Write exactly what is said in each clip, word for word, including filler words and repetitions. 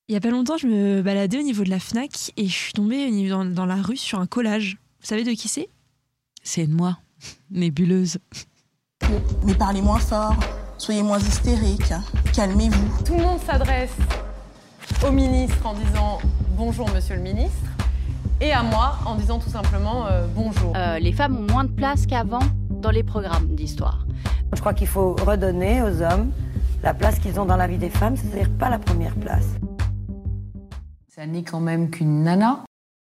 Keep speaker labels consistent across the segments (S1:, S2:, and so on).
S1: Il y a pas longtemps, je me baladais au niveau de la Fnac et je suis tombée au niveau- dans, dans la rue sur un collage. Vous savez de qui c'est?
S2: C'est de moi, nébuleuse.
S3: Mais, mais parlez moins fort, soyez moins hystérique, calmez-vous.
S4: Tout le monde s'adresse au ministre en disant « Bonjour, monsieur le ministre » et à moi en disant tout simplement euh, « Bonjour
S5: euh, ». Les femmes ont moins de place qu'avant dans les programmes d'histoire.
S6: Je crois qu'il faut redonner aux hommes la place qu'ils ont dans la vie des femmes, c'est-à-dire pas la première place.
S7: Ça n'est quand même qu'une nana.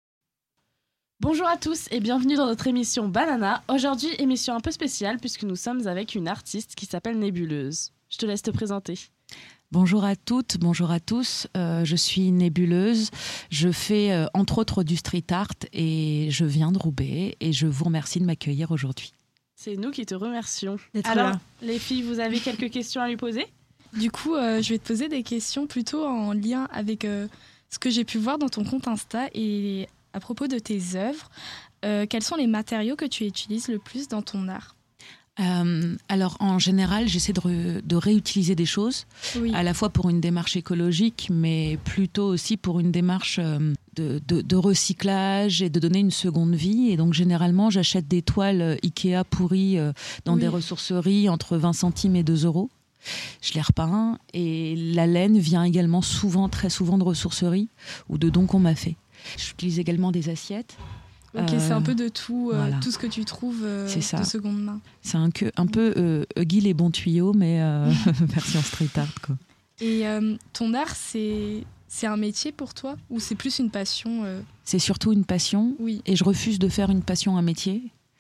S8: Bonjour à tous et bienvenue dans notre émission Banana. Aujourd'hui, émission un peu spéciale puisque nous sommes avec une artiste qui s'appelle Nébuleuse. Je te laisse te présenter.
S2: Bonjour à toutes, bonjour à tous. Euh, je suis Nébuleuse. Je fais euh, entre autres du street art et je viens de Roubaix et je vous remercie de m'accueillir aujourd'hui.
S8: C'est nous qui te remercions.
S1: D'être
S8: Alors,
S1: là.
S8: les filles, vous avez quelques questions à lui poser ?
S9: Du coup, euh, je vais te poser des questions plutôt en lien avec euh, ce que j'ai pu voir dans ton compte Insta et à propos de tes œuvres. Euh, quels sont les matériaux que tu utilises le plus dans ton art ?
S2: Euh, alors en général, j'essaie de, re- de réutiliser des choses,
S9: Oui.
S2: à la fois pour une démarche écologique, mais plutôt aussi pour une démarche euh, de, de, de recyclage et de donner une seconde vie. Et donc généralement, j'achète des toiles Ikea pourries euh, dans
S9: Oui.
S2: des ressourceries entre vingt centimes et deux euros. Je les repeins et la laine vient également souvent, très souvent de ressourceries ou de dons qu'on m'a fait. J'utilise également des assiettes.
S9: Ok,
S2: Euh,
S9: c'est un peu de tout, euh,
S2: voilà.
S9: tout ce que tu trouves euh,
S2: C'est ça.
S9: de seconde main.
S2: C'est un, que, un peu euh, Huggy les bons tuyaux, mais euh, version street art, quoi.
S9: Et euh, ton art, c'est, c'est un métier pour toi ou c'est plus une passion euh,
S2: C'est surtout une passion.
S9: Oui.
S2: Et je refuse de faire une passion un métier.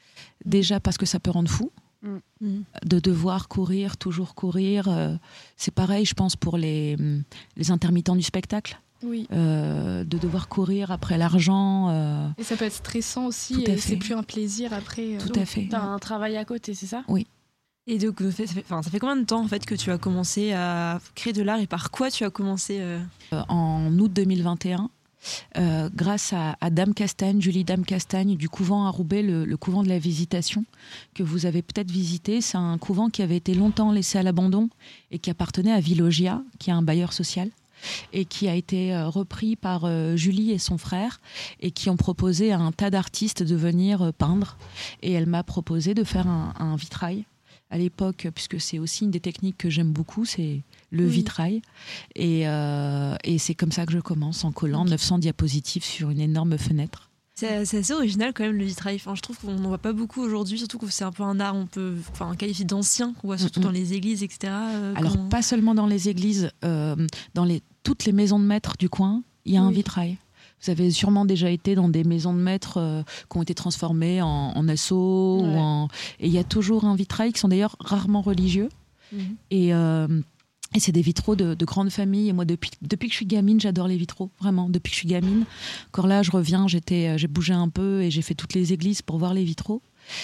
S2: Déjà parce que ça peut rendre fou.
S1: Mm.
S2: De devoir courir, toujours courir. euh, c'est pareil, je pense, pour les, les intermittents du spectacle.
S9: Oui.
S2: Euh, de devoir courir après l'argent. euh,
S9: Et ça peut être stressant aussi
S2: Tout à
S9: et
S2: fait.
S9: c'est plus un plaisir après. euh.
S2: tout à fait.
S8: T'as un travail à côté, c'est ça ?
S1: Et donc, ça fait, ça fait- enfin, ça fait combien de temps en fait que tu as commencé à créer de l'art et par quoi tu as commencé euh...
S2: Euh, en août deux mille vingt et un, euh, grâce à, à Dame Castagne, Julie Dame Castagne du couvent à Roubaix, le, le couvent de la Visitation, que vous avez peut-être visité. C'est un couvent qui avait été longtemps laissé à l'abandon et qui appartenait à Villogia, qui est un bailleur social, et qui a été euh, repris par euh, Julie et son frère, et qui ont proposé à un tas d'artistes de venir euh, peindre. Et elle m'a proposé de faire un, un vitrail. À l'époque, puisque c'est aussi une des techniques que j'aime beaucoup, c'est le
S9: Oui.
S2: vitrail. Et, euh, et c'est comme ça que je commence, en collant neuf cents diapositives sur une énorme fenêtre.
S1: c'est, c'est assez original quand même le vitrail. Enfin, je trouve qu'on n'en voit pas beaucoup aujourd'hui, surtout que c'est un peu un art, on peut enfin, qualifier d'ancien, qu'on voit surtout
S2: Mm-mm.
S1: dans les églises, et cetera. euh,
S2: Alors,
S1: quand-
S2: pas seulement dans les églises, euh, dans les, toutes les maisons de maîtres du coin, il y a un
S9: Oui.
S2: vitrail. Vous avez sûrement déjà été dans des maisons de maîtres euh, qui ont été transformées en, en assos.
S8: Ouais.
S2: Ou en... Et il y a toujours un vitrail qui sont d'ailleurs rarement religieux.
S1: Mhm.
S2: Et, euh, et c'est des vitraux de, de grandes familles. Et moi, depuis, depuis que je suis gamine, j'adore les vitraux. Vraiment, depuis que je suis gamine. Encore là, je reviens, j'étais, j'ai bougé un peu et j'ai fait toutes les églises pour voir les vitraux.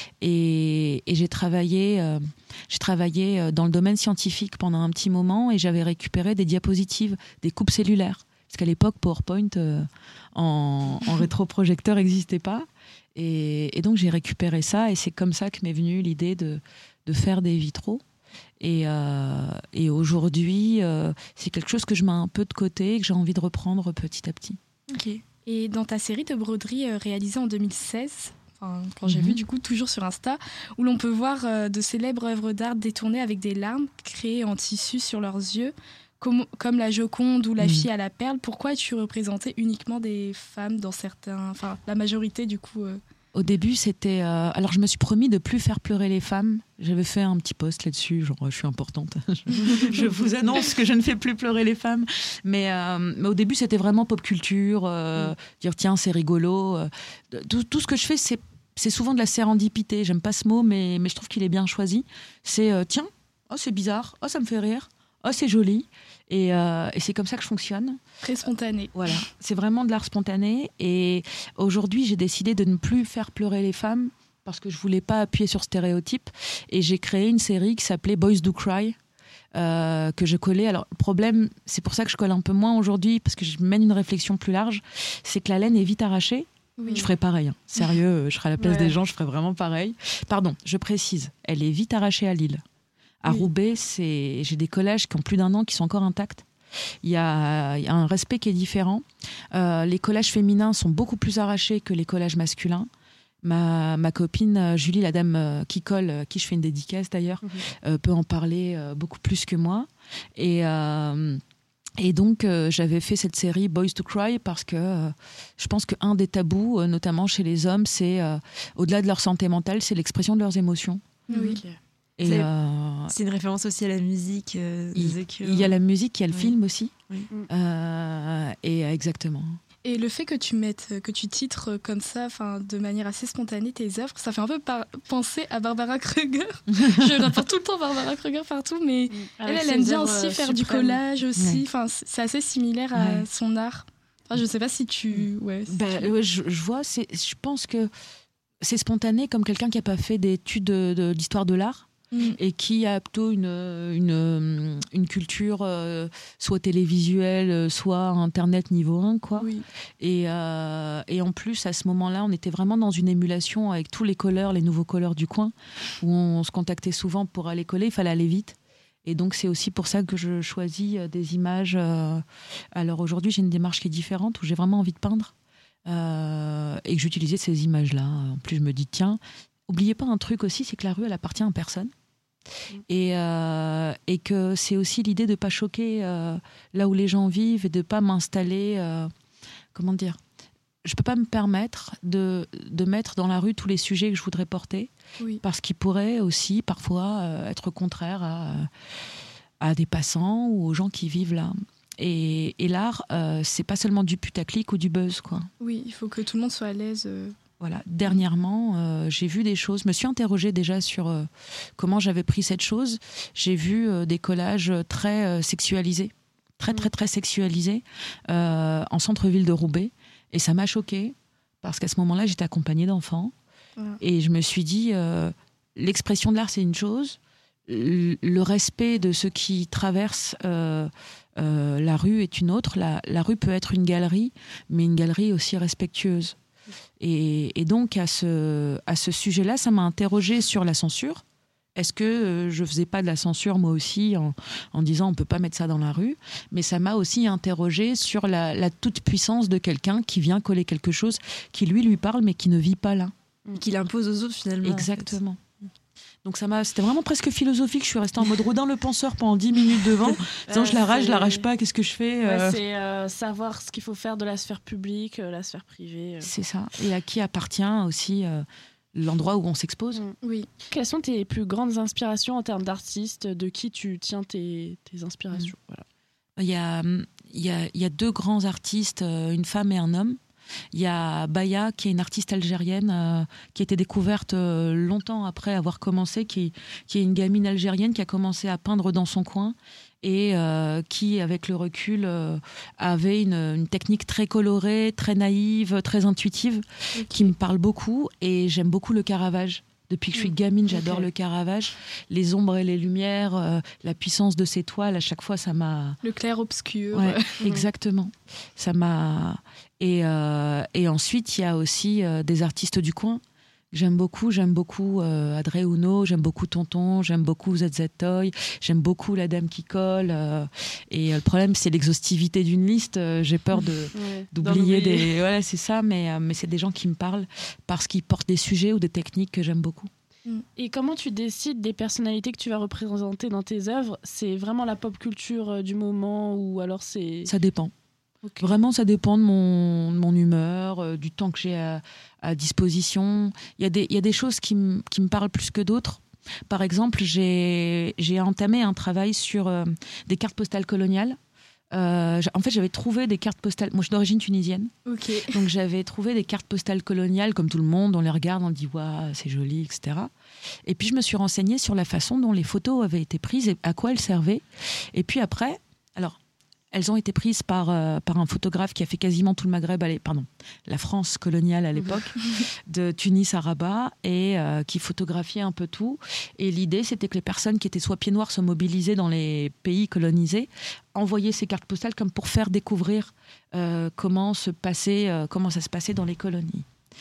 S2: Et, et j'ai travaillé, euh, j'ai travaillé euh, dans le domaine scientifique pendant un petit moment et j'avais récupéré des diapositives, des coupes cellulaires. Parce qu'à l'époque, PowerPoint euh, en, en rétroprojecteur n'existait pas. Et, et donc, j'ai récupéré ça et c'est comme ça que m'est venue l'idée de, de faire des vitraux. Et, euh, et aujourd'hui, euh, c'est quelque chose que je mets un peu de côté et que j'ai envie de reprendre petit à petit.
S1: Ok.
S9: Et dans ta série de broderie euh, réalisée en deux mille seize, enfin, quand j'ai
S2: Mhm.
S9: vu du coup toujours sur Insta, où l'on peut voir euh, de célèbres œuvres d'art détournées avec des larmes créées en tissu sur leurs yeux, comme, comme la Joconde ou la
S2: Mhm.
S9: fille à la perle, pourquoi as-tu représenté uniquement des femmes dans certains, enfin la majorité du coup euh,
S2: Au début, c'était... euh, alors, je me suis promis de plus faire pleurer les femmes. J'avais fait un petit post là-dessus, genre, je suis importante. je, je vous annonce que je ne fais plus pleurer les femmes. Mais, euh, mais au début, c'était vraiment pop culture. euh, Dire, tiens, c'est rigolo. euh, tout, tout ce que je fais, c'est, c'est souvent de la sérendipité. J'aime pas ce mot, mais, mais je trouve qu'il est bien choisi. C'est, euh, tiens, oh, c'est bizarre. Oh, ça me fait rire. Oh, c'est joli. Et, euh, et c'est comme ça que je fonctionne.
S9: très spontanées.
S2: Voilà, c'est vraiment de l'art spontané. Et aujourd'hui, j'ai décidé de ne plus faire pleurer les femmes parce que je voulais pas appuyer sur stéréotypes. Et j'ai créé une série qui s'appelait Boys Do Cry, euh, que je collais. Alors, le problème, c'est pour ça que je colle un peu moins aujourd'hui, parce que je mène une réflexion plus large, c'est que la laine est vite arrachée.
S9: Oui.
S2: Je ferais pareil. hein. Sérieux, je serais à la place
S8: Ouais.
S2: des gens, je ferais vraiment pareil. Pardon, je précise, elle est vite arrachée à Lille. À
S9: Oui.
S2: Roubaix, c'est... j'ai des collages qui ont plus d'un an qui sont encore intacts. Il y a, il y a un respect qui est différent. Euh, les collages féminins sont beaucoup plus arrachés que les collages masculins. Ma, ma copine Julie, la dame euh, qui colle, à qui je fais une dédicace d'ailleurs, mmh. euh, peut en parler euh, beaucoup plus que moi. Et... Euh, Et donc, euh, j'avais fait cette série Boys to Cry parce que euh, je pense qu'un des tabous, euh, notamment chez les hommes, c'est, euh, au-delà de leur santé mentale, c'est l'expression de leurs émotions.
S1: Oui.
S2: Et
S1: c'est,
S2: euh,
S1: c'est une référence aussi à la musique. Euh,
S2: il,
S1: The
S2: il y a la musique, il y a le
S1: oui.
S2: film aussi.
S1: Oui.
S2: Euh, et euh, exactement.
S9: Et le fait que tu mettes, que tu titres comme ça, enfin, de manière assez spontanée tes œuvres, ça fait un peu par- penser à Barbara Kruger. Je rapporte tout le temps Barbara Kruger partout, mais elle, elle aime bien aussi faire suprêmes. du collage aussi. Enfin, ouais. c'est assez similaire à ouais. son art. Enfin, je ne sais pas si tu... Ouais, si
S2: bah,
S9: tu...
S2: ouais je, je vois, c'est, je pense que c'est spontané comme quelqu'un qui n'a pas fait d'études de, de, d'histoire de l'art. Mmh. Et qui a plutôt une, une, une culture euh, soit télévisuelle, soit internet niveau un, quoi.
S9: Oui.
S2: Et, euh, et en plus, à ce moment-là, on était vraiment dans une émulation avec tous les colleurs, les nouveaux colleurs du coin, où on, on se contactait souvent pour aller coller, il fallait aller vite. Et donc, c'est aussi pour ça que je choisis des images. Euh... Alors aujourd'hui, j'ai une démarche qui est différente, où j'ai vraiment envie de peindre. Euh, et que j'utilisais ces images-là. En plus, je me dis, tiens, oubliez pas un truc aussi, c'est que la rue, elle appartient à personne. Et, euh, et que c'est aussi l'idée de ne pas choquer euh, là où les gens vivent et de ne pas m'installer. Euh, comment dire ? Je ne peux pas me permettre de, de mettre dans la rue tous les sujets que je voudrais porter,
S9: oui.
S2: parce qu'ils pourraient aussi parfois euh, être contraires à, à des passants ou aux gens qui vivent là. Et, et l'art, euh, c'est pas seulement du putaclic ou du buzz, quoi.
S9: Oui, il faut que tout le monde soit à l'aise. Euh...
S2: Voilà. Dernièrement, euh, j'ai vu des choses. Je me suis interrogée déjà sur euh, comment j'avais pris cette chose. J'ai vu euh, des collages très euh, sexualisés, très très très sexualisés, euh, en centre-ville de Roubaix, et ça m'a choquée parce qu'à ce moment-là, j'étais accompagnée d'enfants, voilà. Et je me suis dit, euh, l'expression de l'art, c'est une chose, le respect de ceux qui traversent euh, euh, la rue est une autre. La, la rue peut être une galerie, mais une galerie aussi respectueuse. Et, et donc, à ce, à ce sujet-là, ça m'a interrogée sur la censure. Est-ce que euh, je ne faisais pas de la censure, moi aussi, en, en disant on ne peut pas mettre ça dans la rue ? Mais ça m'a aussi interrogée sur la, la toute-puissance de quelqu'un qui vient coller quelque chose qui, lui, lui parle, mais qui ne vit pas là.
S1: Qui l'impose aux autres, finalement.
S2: Exactement. En fait. Donc ça m'a, c'était vraiment presque philosophique. Je suis restée en mode Rodin le penseur pendant dix minutes devant. Disant, euh, je l'arrache, je l'arrache pas, qu'est-ce que je fais
S8: ouais,
S2: euh...
S8: C'est euh, savoir ce qu'il faut faire de la sphère publique, euh, la sphère privée. Euh.
S2: C'est ça. Et à qui appartient aussi euh, l'endroit où on s'expose.
S8: Mmh. Oui. Quelles sont tes plus grandes inspirations en termes d'artistes ? De qui tu tiens tes, tes inspirations ? mmh. Voilà.
S2: Il y a, il y a, il y a deux grands artistes, une femme et un homme. Il y a Baya, qui est une artiste algérienne, euh, qui a été découverte euh, longtemps après avoir commencé, qui, qui est une gamine algérienne qui a commencé à peindre dans son coin et euh, qui, avec le recul, euh, avait une, une technique très colorée, très naïve, très intuitive, okay. qui me parle beaucoup. Et j'aime beaucoup le Caravage. Depuis que je suis gamine, j'adore okay. le Caravage. Les ombres et les lumières, euh, la puissance de ces toiles, à chaque fois, ça m'a...
S9: Le clair-obscur.
S2: Ouais, exactement. Ça m'a... Et, euh, et ensuite, il y a aussi euh, des artistes du coin. J'aime beaucoup, j'aime beaucoup euh, Adré Uno, j'aime beaucoup Tonton, j'aime beaucoup Z Z Toy, j'aime beaucoup La Dame qui colle. Euh, et euh, le problème, c'est l'exhaustivité d'une liste. Euh, j'ai peur de, ouais, d'oublier des... Voilà, c'est ça, mais, euh, mais c'est des gens qui me parlent parce qu'ils portent des sujets ou des techniques que j'aime beaucoup.
S8: Et comment tu décides des personnalités que tu vas représenter dans tes œuvres ? C'est vraiment la pop culture du moment ou alors c'est...
S2: Ça dépend.
S8: Okay.
S2: Vraiment, ça dépend de mon, de mon humeur, euh, du temps que j'ai à, à disposition. Il y a des, il y a des choses qui, m, qui me parlent plus que d'autres. Par exemple, j'ai, j'ai entamé un travail sur euh, des cartes postales coloniales. Euh, en fait, j'avais trouvé des cartes postales... Moi, je suis d'origine tunisienne.
S9: Okay.
S2: Donc, j'avais trouvé des cartes postales coloniales, comme tout le monde. On les regarde, on dit « Waouh, c'est joli, et cetera » Et puis, je me suis renseignée sur la façon dont les photos avaient été prises et à quoi elles servaient. Et puis après... alors. Elles ont été prises par, euh, par un photographe qui a fait quasiment tout le Maghreb, allez, pardon, la France coloniale à l'époque, de Tunis à Rabat, et euh, qui photographiait un peu tout. Et l'idée, c'était que les personnes qui étaient soit pieds noirs, soit mobilisées dans les pays colonisés, envoyaient ces cartes postales comme pour faire découvrir euh, comment, se passait, euh, comment ça se passait dans les colonies.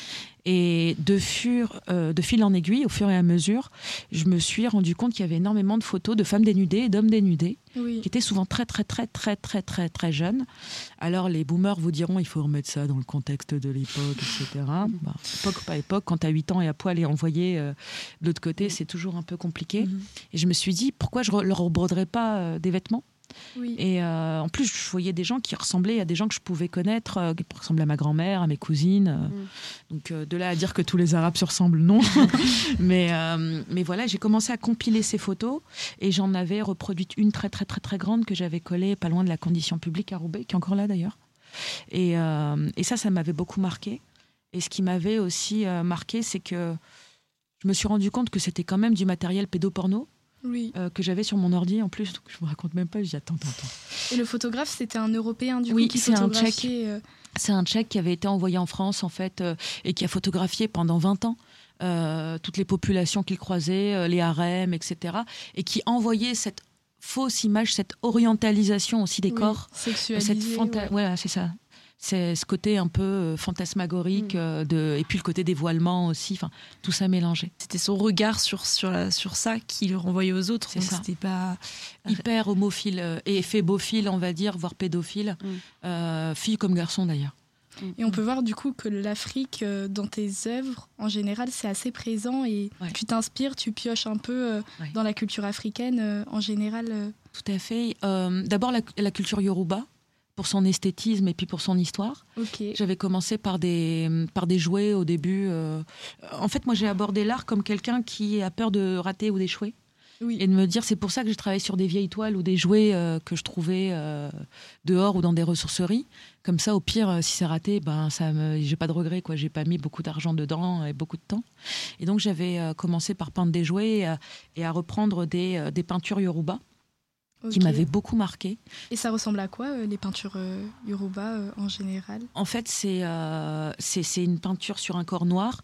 S2: Et de, fur, euh, de fil en aiguille, au fur et à mesure, je me suis rendu compte qu'il y avait énormément de photos de femmes dénudées et d'hommes dénudés,
S9: Oui.
S2: qui étaient souvent très, très, très, très, très, très, très jeunes. Alors, les boomers vous diront, il faut remettre ça dans le contexte de l'époque, et cetera. Bah, époque ou pas époque, quand tu as huit ans et à poil et envoyé euh, de l'autre côté, c'est toujours un peu compliqué.
S1: Mhm.
S2: Et je me suis dit, pourquoi je ne leur rebroderais pas euh, des vêtements ?
S9: Oui.
S2: Et euh, en plus, je voyais des gens qui ressemblaient à des gens que je pouvais connaître, euh, qui ressemblaient à ma grand-mère, à mes cousines. Euh,
S8: Mm.
S2: Donc, euh, de là à dire que tous les Arabes se ressemblent, non. mais, euh, mais voilà, j'ai commencé à compiler ces photos et j'en avais reproduit une très, très, très, très grande que j'avais collée pas loin de la Condition publique à Roubaix, qui est encore là d'ailleurs. Et, euh, et ça, ça m'avait beaucoup marqué. Et ce qui m'avait aussi euh, marqué, c'est que je me suis rendu compte que c'était quand même du matériel pédoporno.
S9: Oui.
S2: Euh, que j'avais sur mon ordi en plus, donc je me raconte même pas, je dis attends, attends, attends.
S9: Et le photographe, c'était un Européen du
S2: Oui,
S9: coup qui
S2: c'est un
S9: photographiait. euh,
S2: C'est un Tchèque qui avait été envoyé en France en fait euh, et qui a photographié pendant vingt ans euh, toutes les populations qu'il croisait, euh, les harems, et cetera. Et qui envoyait cette fausse image, cette orientalisation aussi des
S9: oui,
S2: corps.
S9: Sexualisé.
S2: Cette fanta-
S9: ouais.
S2: Voilà, c'est ça. C'est ce côté un peu euh, fantasmagorique,
S8: Mm.
S2: euh, de... et puis le côté dévoilement aussi, enfin, tout ça mélangé.
S1: C'était son regard sur, sur, la, sur ça qui le renvoyait aux autres.
S2: C'est
S1: donc
S2: ça.
S1: C'était pas.
S2: Hyper homophile euh, et phébophile, on va dire, voire pédophile,
S8: Mm.
S2: euh, fille comme garçon d'ailleurs.
S9: Et on peut voir du coup que l'Afrique, euh, dans tes œuvres, en général, c'est assez présent et
S2: Ouais.
S9: tu t'inspires, tu pioches un peu euh,
S2: Ouais.
S9: dans la culture africaine euh, en général. euh.
S2: Tout à fait. Euh, D'abord la, la culture yoruba, pour son esthétisme et puis pour son histoire.
S9: Ok.
S2: J'avais commencé par des, par des jouets au début. euh. En fait, moi, j'ai abordé l'art comme quelqu'un qui a peur de rater ou d'échouer.
S9: Oui.
S2: Et de me dire, c'est pour ça que j'ai travaillé sur des vieilles toiles ou des jouets euh, que je trouvais euh, dehors ou dans des ressourceries. Comme ça, au pire, euh, si c'est raté, ben, ça me... j'ai pas de regret, quoi. J'ai pas mis beaucoup d'argent dedans et beaucoup de temps. Et donc, j'avais euh, commencé par peindre des jouets et à, et à reprendre des, euh, des peintures yoruba qui
S9: Ok.
S2: m'avaient beaucoup marqué.
S9: Et ça ressemble à quoi euh, les peintures euh, yoruba euh, en général?
S2: En fait, c'est euh, c'est c'est une peinture sur un corps noir,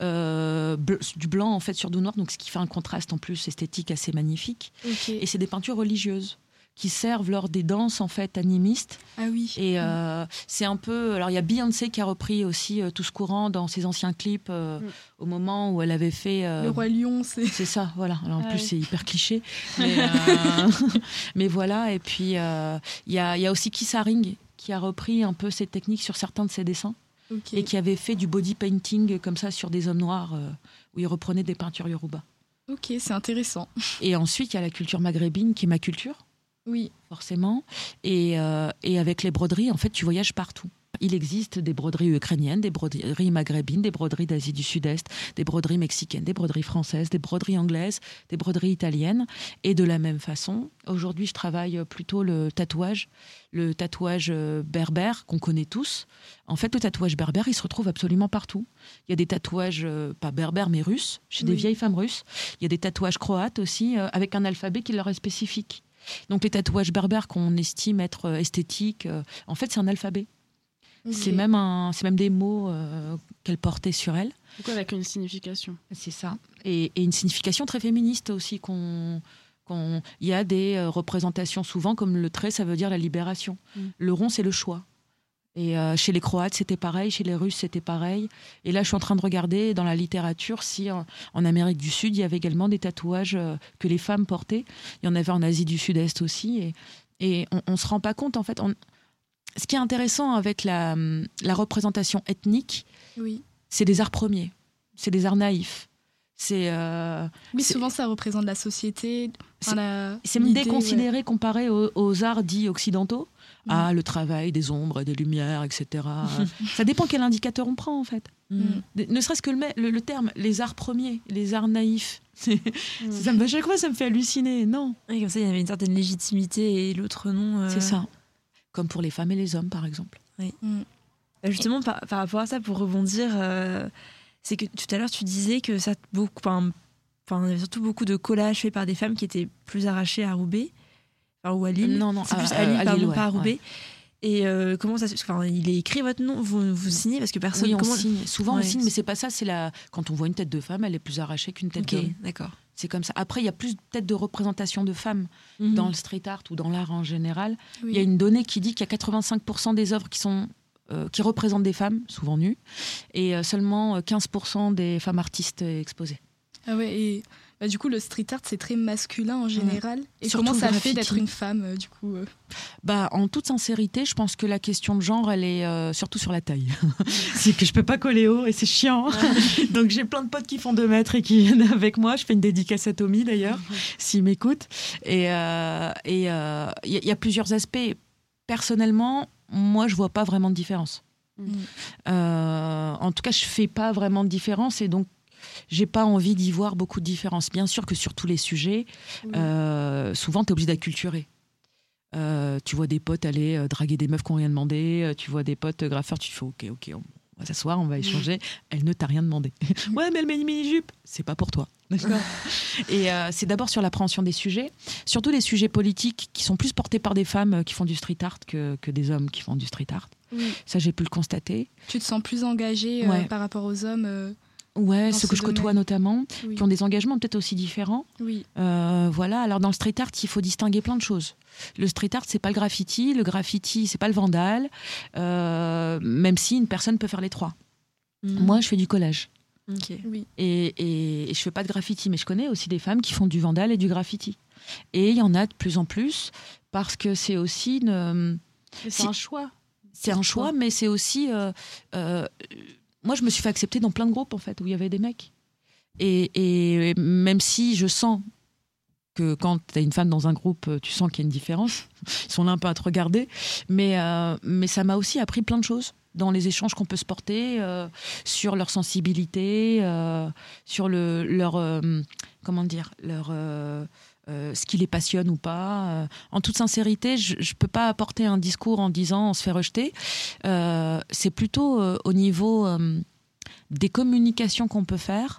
S2: euh, bleu- du blanc en fait sur du noir, donc ce qui fait un contraste en plus esthétique assez magnifique.
S9: Ok.
S2: Et c'est des peintures religieuses qui servent lors des danses en fait animistes.
S9: Ah oui.
S2: Et euh, c'est un peu. Alors il y a Beyoncé qui a repris aussi euh, tout ce courant dans ses anciens clips euh,
S8: Mm.
S2: au moment où elle avait fait. euh,
S9: Le roi lion, c'est.
S2: c'est ça, voilà. Alors, en
S8: Ah
S2: plus,
S8: oui.
S2: c'est hyper cliché. Mais, euh, mais voilà. Et puis, euh, il y, a, il y a aussi Keith Haring qui a repris un peu cette technique sur certains de ses dessins
S9: Ok.
S2: et qui avait fait du body painting comme ça sur des hommes noirs euh, où il reprenait des peintures yoruba.
S9: Ok, c'est intéressant.
S2: Et ensuite, il y a la culture maghrébine qui est ma culture,
S9: Oui.
S2: forcément. Et, euh, et avec les broderies, en fait, tu voyages partout. Il existe des broderies ukrainiennes, des broderies maghrébines, des broderies d'Asie du Sud-Est, des broderies mexicaines, des broderies françaises, des broderies anglaises, des broderies italiennes. Et de la même façon, aujourd'hui, je travaille plutôt le tatouage, le tatouage euh, berbère qu'on connaît tous. En fait, le tatouage berbère, il se retrouve absolument partout. Il y a des tatouages, euh, pas berbères, mais russes, chez des
S9: Oui.
S2: vieilles femmes russes. Il y a des tatouages croates aussi, euh, avec un alphabet qui leur est spécifique. Donc les tatouages berbères qu'on estime être euh, esthétiques, euh, en fait, c'est un alphabet.
S9: Ok.
S2: C'est même, un, c'est même des mots euh, qu'elle portait sur elle.
S8: Du coup, avec une signification.
S2: C'est ça. Et, et une signification très féministe aussi. Qu'on, qu'on, il y a des euh, représentations souvent, comme le trait, ça veut dire la libération.
S8: Mm.
S2: Le rond, c'est le choix. Et euh, chez les Croates, c'était pareil. Chez les Russes, c'était pareil. Et là, je suis en train de regarder dans la littérature si en, en Amérique du Sud, il y avait également des tatouages euh, que les femmes portaient. Il y en avait en Asie du Sud-Est aussi. Et, et on ne se rend pas compte, en fait. On, ce qui est intéressant avec la, la représentation ethnique,
S9: Oui.
S2: c'est des arts premiers, c'est des arts naïfs. C'est euh,
S9: Oui,
S2: c'est-
S9: souvent ça représente la société. enfin, la-
S2: c'est même
S9: l'idée,
S2: déconsidéré comparé aux, aux arts dits occidentaux.
S9: Mm.
S2: Ah, le travail des ombres et des lumières, et cetera. Ça dépend quel indicateur on prend, en fait.
S1: Mm.
S2: Ne serait-ce que le, le, le terme, les arts premiers, les arts naïfs. C'est-
S8: Mm.
S2: ça me, à chaque fois, ça me fait halluciner. Non,
S1: Et comme ça, il y avait une certaine légitimité et l'autre non. euh,
S2: c'est ça. Comme pour les femmes et les hommes, par exemple.
S9: Mm.
S1: Bah, justement, par, par rapport à ça, pour rebondir, euh, c'est que tout à l'heure, tu disais que ça beaucoup, enfin, enfin, il y avait surtout beaucoup de collages faits par des femmes qui étaient plus arrachées à Roubaix, enfin, ou à Lille.
S2: Non, non,
S1: c'est
S2: à-
S1: plus
S2: à-
S1: à Lille,
S2: à
S1: pardon,
S2: Lille, ouais,
S1: pas à Roubaix.
S2: ouais.
S1: Et euh, comment ça se... Enfin, il est écrit votre nom, vous, vous signez parce que personne.
S2: Oui, on
S1: comment...
S2: signe. Souvent,
S1: Ouais.
S2: on signe, mais c'est pas ça. C'est la... Quand on voit une tête de femme, elle est plus arrachée qu'une tête
S1: Ok,
S2: d'homme.
S1: d'accord.
S2: C'est comme ça. Après, il y a plus peut-être de représentation de femmes
S1: Mhm.
S2: dans le street art ou dans l'art en général.
S9: Oui.
S2: Il y a une donnée qui dit qu'il y a quatre-vingt-cinq pour cent des œuvres qui sont euh, qui représentent des femmes, souvent nues, et euh, seulement quinze pour cent des femmes artistes exposées.
S9: Ah ouais, et bah, du coup, le street art, c'est très masculin en général. Mmh. Et
S2: Surtout
S9: comment ça
S2: graffiti.
S9: fait d'être une femme, euh, du coup euh...
S2: Bah, en toute sincérité, je pense que la question de genre, elle est euh, surtout sur la taille. C'est que je peux pas coller haut et c'est chiant. Donc j'ai plein de potes qui font deux mètres et qui viennent avec moi. Je fais une dédicace à Tommy d'ailleurs, mmh. s'il m'écoute. Et il euh, et, euh, y, y a plusieurs aspects. Personnellement, moi, je vois pas vraiment de différence. Mmh. Euh, en tout cas, je fais pas vraiment de différence et donc j'ai pas envie d'y voir beaucoup de différence. Bien sûr que sur tous les sujets, oui. euh, souvent, tu es obligé d'acculturer. Euh, tu vois des potes aller euh, draguer des meufs qui n'ont rien demandé. Euh, tu vois des potes graffeurs, tu fais OK, OK, on va s'asseoir, on va échanger. Oui. Elle ne t'a rien demandé. Ouais, mais elle met une mini-jupe. C'est pas pour toi. D'accord. Et euh, c'est d'abord sur l'appréhension des sujets, surtout des sujets politiques qui sont plus portés par des femmes qui font du street art que, que des hommes qui font du street art. Oui. Ça, j'ai pu le constater.
S9: Tu te sens plus engagée euh,
S2: ouais.
S9: par rapport aux hommes euh...
S2: Ouais, ceux que je côtoie notamment, oui. qui ont des engagements peut-être aussi différents.
S9: Oui.
S2: Euh, voilà. Alors dans le street art, il faut distinguer plein de choses. Le street art, c'est pas le graffiti. Le graffiti, c'est pas le vandale. Euh, même si une personne peut faire les trois. Mmh. Moi, je fais du collage.
S1: Okay.
S2: Oui. Et, et, et je fais pas de graffiti, mais je connais aussi des femmes qui font du vandale et du graffiti. Et il y en a de plus en plus parce que c'est aussi une.
S8: Mais c'est un choix.
S2: C'est un choix, mais c'est aussi. Euh, euh, Moi, je me suis fait accepter dans plein de groupes, en fait, où il y avait des mecs. Et, et même si je sens que quand tu as une femme dans un groupe, tu sens qu'il y a une différence. Ils sont là un peu à te regarder. Mais, euh, mais ça m'a aussi appris plein de choses dans les échanges qu'on peut se porter, euh, sur leur sensibilité, euh, sur le, leur... Euh, comment dire leur, euh, euh, ce qui les passionne ou pas. En toute sincérité, je ne peux pas apporter un discours en disant on se fait rejeter. Euh, c'est plutôt euh, au niveau euh, des communications qu'on peut faire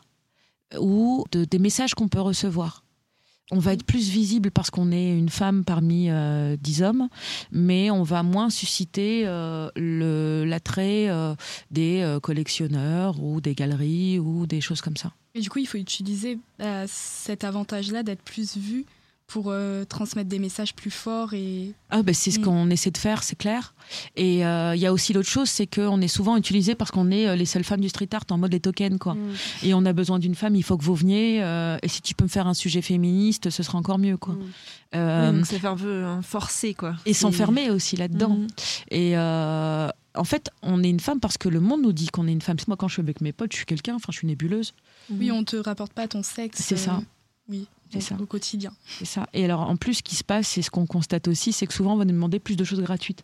S2: ou de, des messages qu'on peut recevoir. On va être plus visible parce qu'on est une femme parmi euh, dix hommes, mais on va moins susciter euh, le, l'attrait euh, des euh, collectionneurs ou des galeries ou des choses comme ça.
S9: Et du coup, il faut utiliser euh, cet avantage-là d'être plus vu pour euh, transmettre des messages plus forts. Et...
S2: Ah, ben c'est ce mmh. qu'on essaie de faire, c'est clair. Et il euh, y a aussi l'autre chose, c'est qu'on est souvent utilisé parce qu'on est euh, les seules femmes du street art en mode les tokens, quoi. Mmh. Et on a besoin d'une femme, il faut que vous veniez. Euh, et si tu peux me faire un sujet féministe, ce sera encore mieux, quoi. Mmh.
S1: Euh, oui, donc ça fait un peu un forcé, quoi.
S2: Et s'enfermer aussi là-dedans. Mmh. Et euh, en fait, on est une femme parce que le monde nous dit qu'on est une femme. Moi, quand je suis avec mes potes, je suis quelqu'un, enfin, je suis nébuleuse.
S9: Oui, on te rapporte pas ton sexe.
S2: C'est ça.
S9: Euh, oui.
S2: C'est ça.
S9: Au quotidien.
S2: C'est ça. Et alors, en plus, ce qui se passe, c'est ce qu'on constate aussi, c'est que souvent, on va nous demander plus de choses gratuites.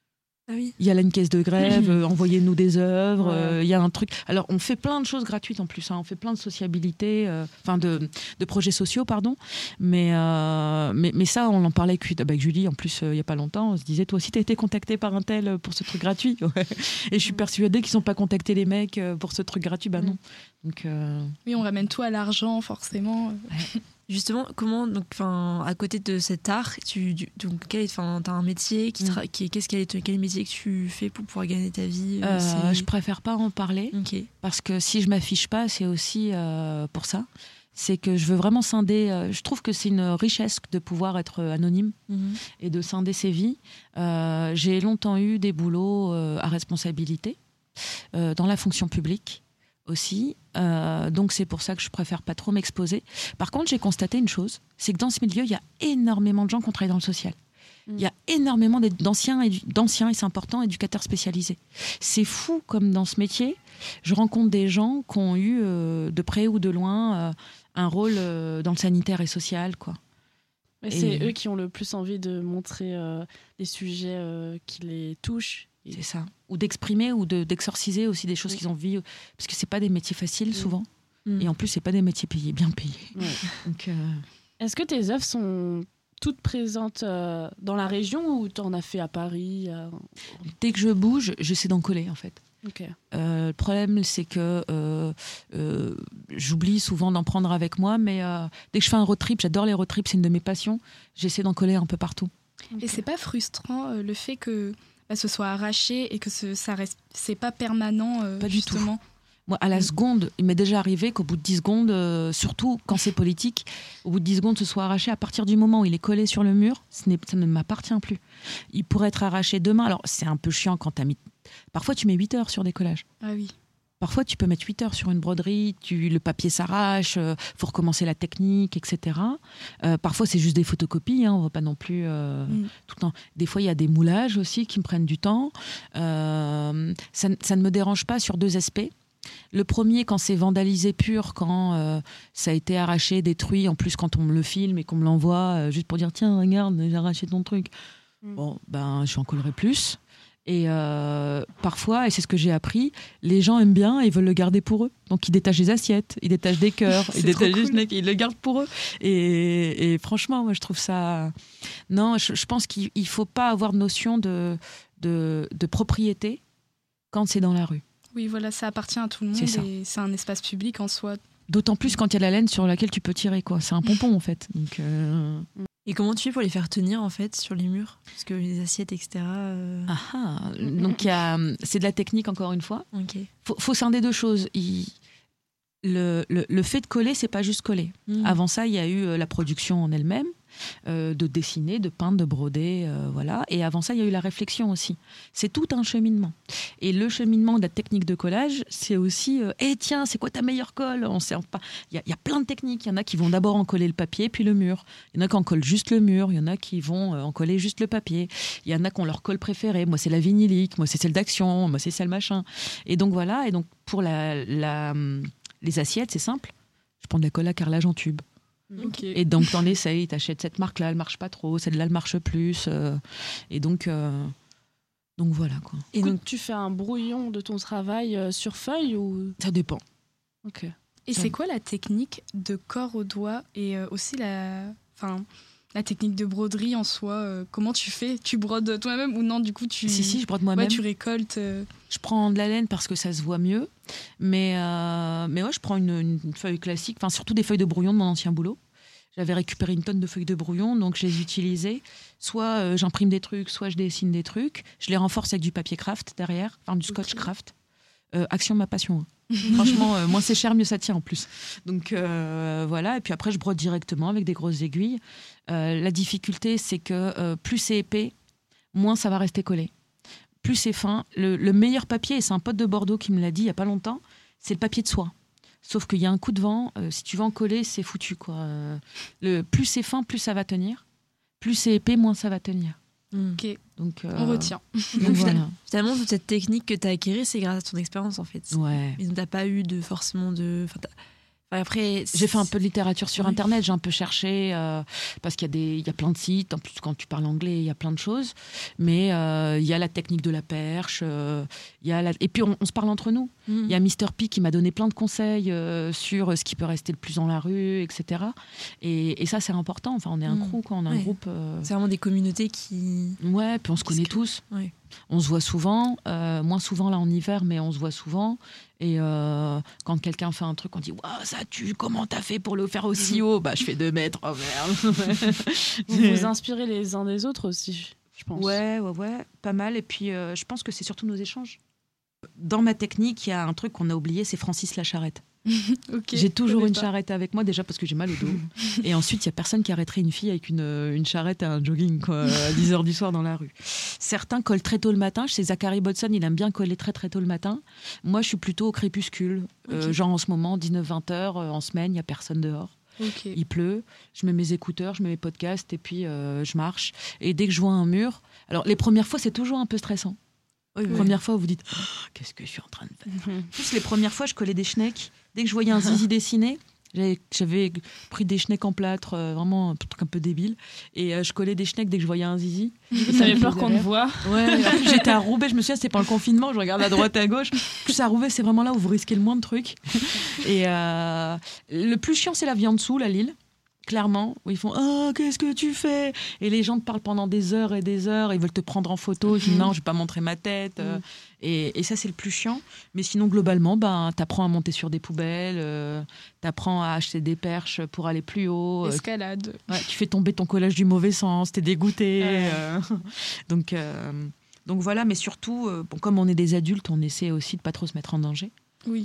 S1: Ah oui.
S2: Il y a là une caisse de grève, euh, envoyez-nous des œuvres, il ouais. euh, y a un truc. Alors, on fait plein de choses gratuites en plus, hein. On fait plein de sociabilité, enfin euh, de, de projets sociaux, pardon. Mais, euh, mais, mais ça, on en parlait avec, avec Julie, en plus, il euh, n'y a pas longtemps. On se disait, toi aussi, tu as été contactée par un tel pour ce truc gratuit. Ouais. Et je suis persuadée qu'ils n'ont pas contacté les mecs pour ce truc gratuit. Bah non. Donc, euh...
S9: Oui, on ramène tout à l'argent, forcément.
S1: Ouais. Justement, comment, donc, enfin, à côté de cet art, tu, du, donc, quel est, enfin, t'as un métier qui, tra- qui qu'est-ce quel est, quel est le métier que tu fais pour pouvoir gagner ta vie
S2: euh, c'est... Je préfère pas en parler,
S1: okay.
S2: Parce que si je m'affiche pas, c'est aussi euh, pour ça. C'est que je veux vraiment scinder. Euh, je trouve que c'est une richesse de pouvoir être anonyme mm-hmm. et de scinder ses vies. Euh, j'ai longtemps eu des boulots euh, à responsabilité euh, dans la fonction publique. Aussi, euh, donc c'est pour ça que je préfère pas trop m'exposer. Par contre, j'ai constaté une chose, c'est que dans ce milieu, il y a énormément de gens qui ont travaillé dans le social. Il mmh. y a énormément d'anciens, d'anciens, et c'est important, éducateurs spécialisés. C'est fou comme dans ce métier, je rencontre des gens qui ont eu, euh, de près ou de loin, euh, un rôle euh, dans le sanitaire et social, quoi.
S8: Mais et... c'est eux qui ont le plus envie de montrer euh, les sujets euh, qui les touchent.
S2: C'est ça. Ou d'exprimer ou de, d'exorciser aussi des choses oui. qu'ils ont vues. Parce que c'est pas des métiers faciles, oui. souvent. Mm. Et en plus, c'est pas des métiers payés, bien payés.
S8: Ouais.
S2: Donc, euh...
S8: Est-ce que tes œuvres sont toutes présentes euh, dans la région ou tu en as fait à Paris à...
S2: Dès que je bouge, j'essaie d'en coller, en fait.
S8: Okay.
S2: Euh, le problème, c'est que euh, euh, j'oublie souvent d'en prendre avec moi, mais euh, dès que je fais un road trip, j'adore les road trips, c'est une de mes passions, j'essaie d'en coller un peu partout.
S9: Okay. Et c'est pas frustrant euh, le fait que bah, ce soit arraché et que ce, ça reste, c'est pas permanent euh,
S2: pas
S9: justement.
S2: Du tout. Moi, à la seconde, il m'est déjà arrivé qu'au bout de dix secondes, euh, surtout quand c'est politique, au bout de dix secondes, ce soit arraché. À partir du moment où il est collé sur le mur, ce n'est, ça ne m'appartient plus. Il pourrait être arraché demain. Alors, c'est un peu chiant quand tu as mis... Parfois, tu mets huit heures sur des collages.
S9: Ah oui.
S2: Parfois, tu peux mettre huit heures sur une broderie, tu, le papier s'arrache, il euh, faut recommencer la technique, et cetera. Euh, parfois, c'est juste des photocopies, hein, on ne va pas non plus euh, mm. tout le temps. Des fois, il y a des moulages aussi qui me prennent du temps. Euh, ça, ça ne me dérange pas sur deux aspects. Le premier, quand c'est vandalisé pur, quand euh, ça a été arraché, détruit, en plus quand on me le filme et qu'on me l'envoie, euh, juste pour dire « Tiens, regarde, j'ai arraché ton truc mm. ». Bon, ben, j'en collerai plus. Et euh, parfois, et c'est ce que j'ai appris, les gens aiment bien et ils veulent le garder pour eux. Donc ils détachent des assiettes, ils détachent des cœurs, ils détachent des snacks, ils le gardent pour eux. Et, et franchement, moi je trouve ça... Non, je, je pense qu'il ne faut pas avoir de notion de, de, de propriété quand c'est dans la rue.
S9: Oui, voilà, ça appartient à tout le monde
S2: c'est
S9: et c'est un espace public en soi.
S2: D'autant plus quand il y a la laine sur laquelle tu peux tirer, quoi. C'est un pompon en fait. Donc, euh...
S1: Et comment tu fais pour les faire tenir en fait sur les murs? Parce que les assiettes, et cetera. Euh...
S2: Ah, ah. Donc y a, c'est de la technique encore une fois.
S1: Ok.
S2: Faut, faut scinder deux choses. Il... Le, le, le fait de coller, c'est pas juste coller. Mmh. Avant ça, il y a eu la production en elle-même, euh, de dessiner, de peindre, de broder, euh, voilà. Et avant ça, il y a eu la réflexion aussi. C'est tout un cheminement. Et le cheminement de la technique de collage, c'est aussi, euh, hey, tiens, c'est quoi ta meilleure colle? On sait pas. Il y a, il y a plein de techniques. Il y en a qui vont d'abord en coller le papier, puis le mur. Il y en a qui en collent juste le mur. Il y en a qui vont euh, en coller juste le papier. Il y en a qui ont leur colle préférée. Moi, c'est la vinylique. Moi, c'est celle d'Action. Moi, c'est celle machin. Et donc voilà. Et donc pour la, la les assiettes, c'est simple. Je prends de la colle à carrelage en tube.
S9: Okay.
S2: Et donc, t'en essayes, t'achètes cette marque-là, elle marche pas trop, celle-là, elle marche plus. Euh, et donc, euh, donc voilà, quoi.
S8: Et donc, tu fais un brouillon de ton travail euh, sur feuille ou...
S2: Ça dépend.
S8: Ok.
S9: Et c'est quoi la technique de corps au doigt et euh, aussi la... Enfin, la technique de broderie en soi, euh, comment tu fais? Tu brodes toi-même ou non? Du coup, tu...
S2: Si, si, je brode moi-même.
S9: Ouais, tu récoltes... Euh...
S2: Je prends de la laine parce que ça se voit mieux. Mais, euh, mais ouais, je prends une, une feuille classique, enfin surtout des feuilles de brouillon de mon ancien boulot. J'avais récupéré une tonne de feuilles de brouillon, donc je les utilisais. Soit euh, j'imprime des trucs, soit je dessine des trucs. Je les renforce avec du papier craft derrière, enfin du scotch okay. craft. Euh, Action, ma passion. Hein. Franchement, euh, moins c'est cher, mieux ça tient en plus. Donc euh, voilà, et puis après je brode directement avec des grosses aiguilles. Euh, la difficulté, c'est que euh, plus c'est épais, moins ça va rester collé. Plus c'est fin. Le, le meilleur papier, et c'est un pote de Bordeaux qui me l'a dit il n'y a pas longtemps, c'est le papier de soie. Sauf qu'il y a un coup de vent, euh, si tu veux en coller, c'est foutu, quoi. Euh, le, plus c'est fin, plus ça va tenir. Plus c'est épais, moins ça va tenir.
S9: Ok,
S2: donc, euh,
S9: on retient.
S2: Donc, voilà.
S1: Finalement, toute cette technique que tu as acquérie, c'est grâce à ton expérience, en fait.
S2: Ouais.
S1: Mais tu n'as pas eu de, forcément de... Enfin, enfin, après,
S2: j'ai fait un peu de littérature sur
S1: ouais.
S2: Internet, j'ai un peu cherché, euh, parce qu'il y a, des, il y a plein de sites, en plus quand tu parles anglais, il y a plein de choses. Mais euh, il y a la technique de la perche, euh, il y a la... et puis on, on se parle entre nous. Il mmh. y a Mister P qui m'a donné plein de conseils euh, sur ce qui peut rester le plus dans la rue, et cetera. Et, et ça, c'est important. Enfin, on est un mmh. crew, quoi, on est
S1: ouais.
S2: un groupe. Euh...
S1: C'est vraiment des communautés qui...
S2: Ouais, puis on se connaît que... tous.
S1: Ouais.
S2: On se voit souvent, euh, moins souvent là en hiver, mais on se voit souvent. Et euh, quand quelqu'un fait un truc, on dit waouh, ça tue, comment t'as fait pour le faire aussi haut? Bah, je fais deux mètres, oh merde.
S8: Vous vous inspirez les uns des autres aussi, je pense.
S2: Ouais, ouais, ouais, pas mal. Et puis, euh, je pense que c'est surtout nos échanges. Dans ma technique, il y a un truc qu'on a oublié, c'est Francis la charrette.
S9: Okay,
S2: j'ai toujours une
S9: pas.
S2: charrette avec moi, déjà parce que j'ai mal au dos. Et ensuite, il n'y a personne qui arrêterait une fille avec une, une charrette et un jogging quoi, à dix heures du soir dans la rue. Certains collent très tôt le matin. Chez Zachary Bodson, il aime bien coller très très tôt le matin. Moi, je suis plutôt au crépuscule. Okay. Euh, genre en ce moment, dix-neuf vingt heures, euh, en semaine, il n'y a personne dehors.
S9: Okay.
S2: Il pleut, je mets mes écouteurs, je mets mes podcasts et puis euh, je marche. Et dès que je vois un mur... Alors, les premières fois, c'est toujours un peu stressant.
S1: Oui,
S2: oui. Première fois, vous dites oh, qu'est-ce que je suis en train de faire.
S8: Mm-hmm.
S2: En plus, les premières fois, je collais des schnecks. Dès que je voyais un zizi dessiné, j'avais, j'avais pris des schnecks en plâtre, euh, vraiment un truc un peu débile. Et euh, je collais des schnecks dès que je voyais un zizi.
S8: T'avais peur qu'on te voit.
S2: Ouais, en plus, j'étais à Roubaix, je me souviens, c'était pendant le confinement, je regarde à droite, à gauche. Plus à Roubaix, c'est vraiment là où vous risquez le moins de trucs. Et euh, le plus chiant, c'est la vie en dessous, la Lille. Clairement, où ils font oh, qu'est-ce que tu fais? Et les gens te parlent pendant des heures et des heures, ils veulent te prendre en photo, ils disent non, je vais pas montrer ma tête. Euh, et, et ça, c'est le plus chiant. Mais sinon, globalement, ben, t'apprends à monter sur des poubelles, euh, t'apprends à acheter des perches pour aller plus haut.
S9: Escalade.
S2: Euh, ouais, tu fais tomber ton collage du mauvais sens, t'es dégoûté. Ouais. Euh, donc, euh, donc voilà, mais surtout, euh, bon, comme on est des adultes, on essaie aussi de pas trop se mettre en danger.
S9: Oui.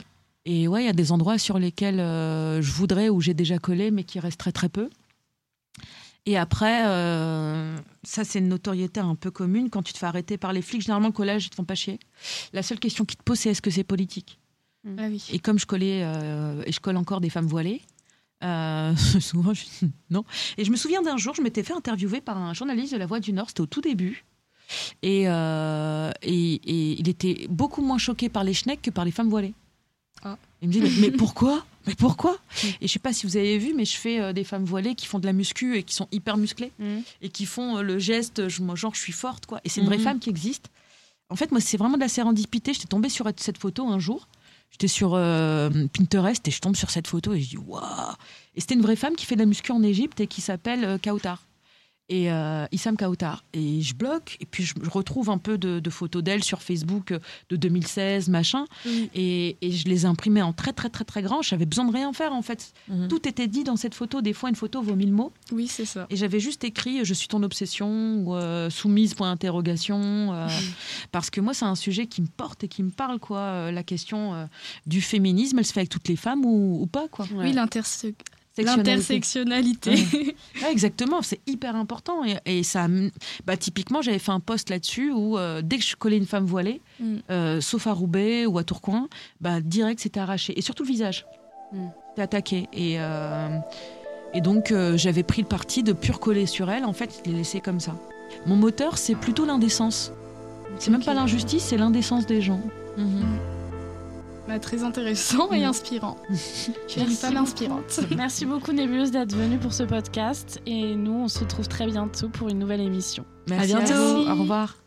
S2: Et ouais, il y a des endroits sur lesquels euh, je voudrais, où j'ai déjà collé, mais qui reste très très peu. Et après, euh, ça c'est une notoriété un peu commune. Quand tu te fais arrêter par les flics, généralement le collège, ils te font pas chier. La seule question qu'ils te posent, c'est est-ce que c'est politique ?
S9: Ah oui.
S2: Et comme je collais, euh, et je colle encore des femmes voilées, euh, souvent je dis non. Et je me souviens d'un jour, je m'étais fait interviewer par un journaliste de La Voix du Nord, c'était au tout début. Et, euh, et, et il était beaucoup moins choqué par les schnecks que par les femmes voilées.
S9: Ah.
S2: Il me dit, mais, mais pourquoi Mais pourquoi Et je sais pas si vous avez vu, mais je fais euh, des femmes voilées qui font de la muscu et qui sont hyper musclées mmh. et qui font euh, le geste, je, moi, genre je suis forte, quoi. Et c'est une vraie mmh. femme qui existe. En fait, moi, c'est vraiment de la sérendipité. J'étais tombée sur cette photo un jour. J'étais sur euh, Pinterest et je tombe sur cette photo et je dis waouh. Et c'était une vraie femme qui fait de la muscu en Égypte et qui s'appelle euh, Kautar. Et euh, Issam Kautar. Et je bloque, et puis je, je retrouve un peu de, de photos d'elle sur Facebook de deux mille seize, machin. Oui. Et, et je les ai imprimées en très, très, très, très grand. J'avais besoin de rien faire, en fait. Mm-hmm. Tout était dit dans cette photo. Des fois, une photo vaut mille mots.
S9: Oui, c'est ça.
S2: Et j'avais juste écrit « Je suis ton obsession » ou euh, « Soumise, point d'interrogation euh, ». Parce que moi, c'est un sujet qui me porte et qui me parle, quoi. Euh, la question euh, du féminisme, elle se fait avec toutes les femmes ou, ou pas, quoi.
S9: Ouais. Oui, l'interse... L'intersectionnalité.
S2: Ouais. Ouais, exactement, c'est hyper important. Et, et ça, bah, typiquement, j'avais fait un post là-dessus où euh, dès que je collais une femme voilée, mm. euh, sauf à Roubaix ou à Tourcoing, bah, direct c'était arraché. Et surtout le visage. Mm. C'était attaqué. Et, euh, et donc, euh, j'avais pris le parti de pur coller sur elle. En fait, je l'ai laissé comme ça. Mon moteur, c'est plutôt l'indécence. C'est okay. Même pas l'injustice, c'est l'indécence des gens. Mm-hmm.
S9: Bah, très intéressant mmh. et inspirant. Je suis une femme inspirante.
S8: Merci beaucoup Nébuleuse d'être venue pour ce podcast et nous on se retrouve très bientôt pour une nouvelle émission.
S2: Merci
S8: à bientôt.
S2: À Au revoir.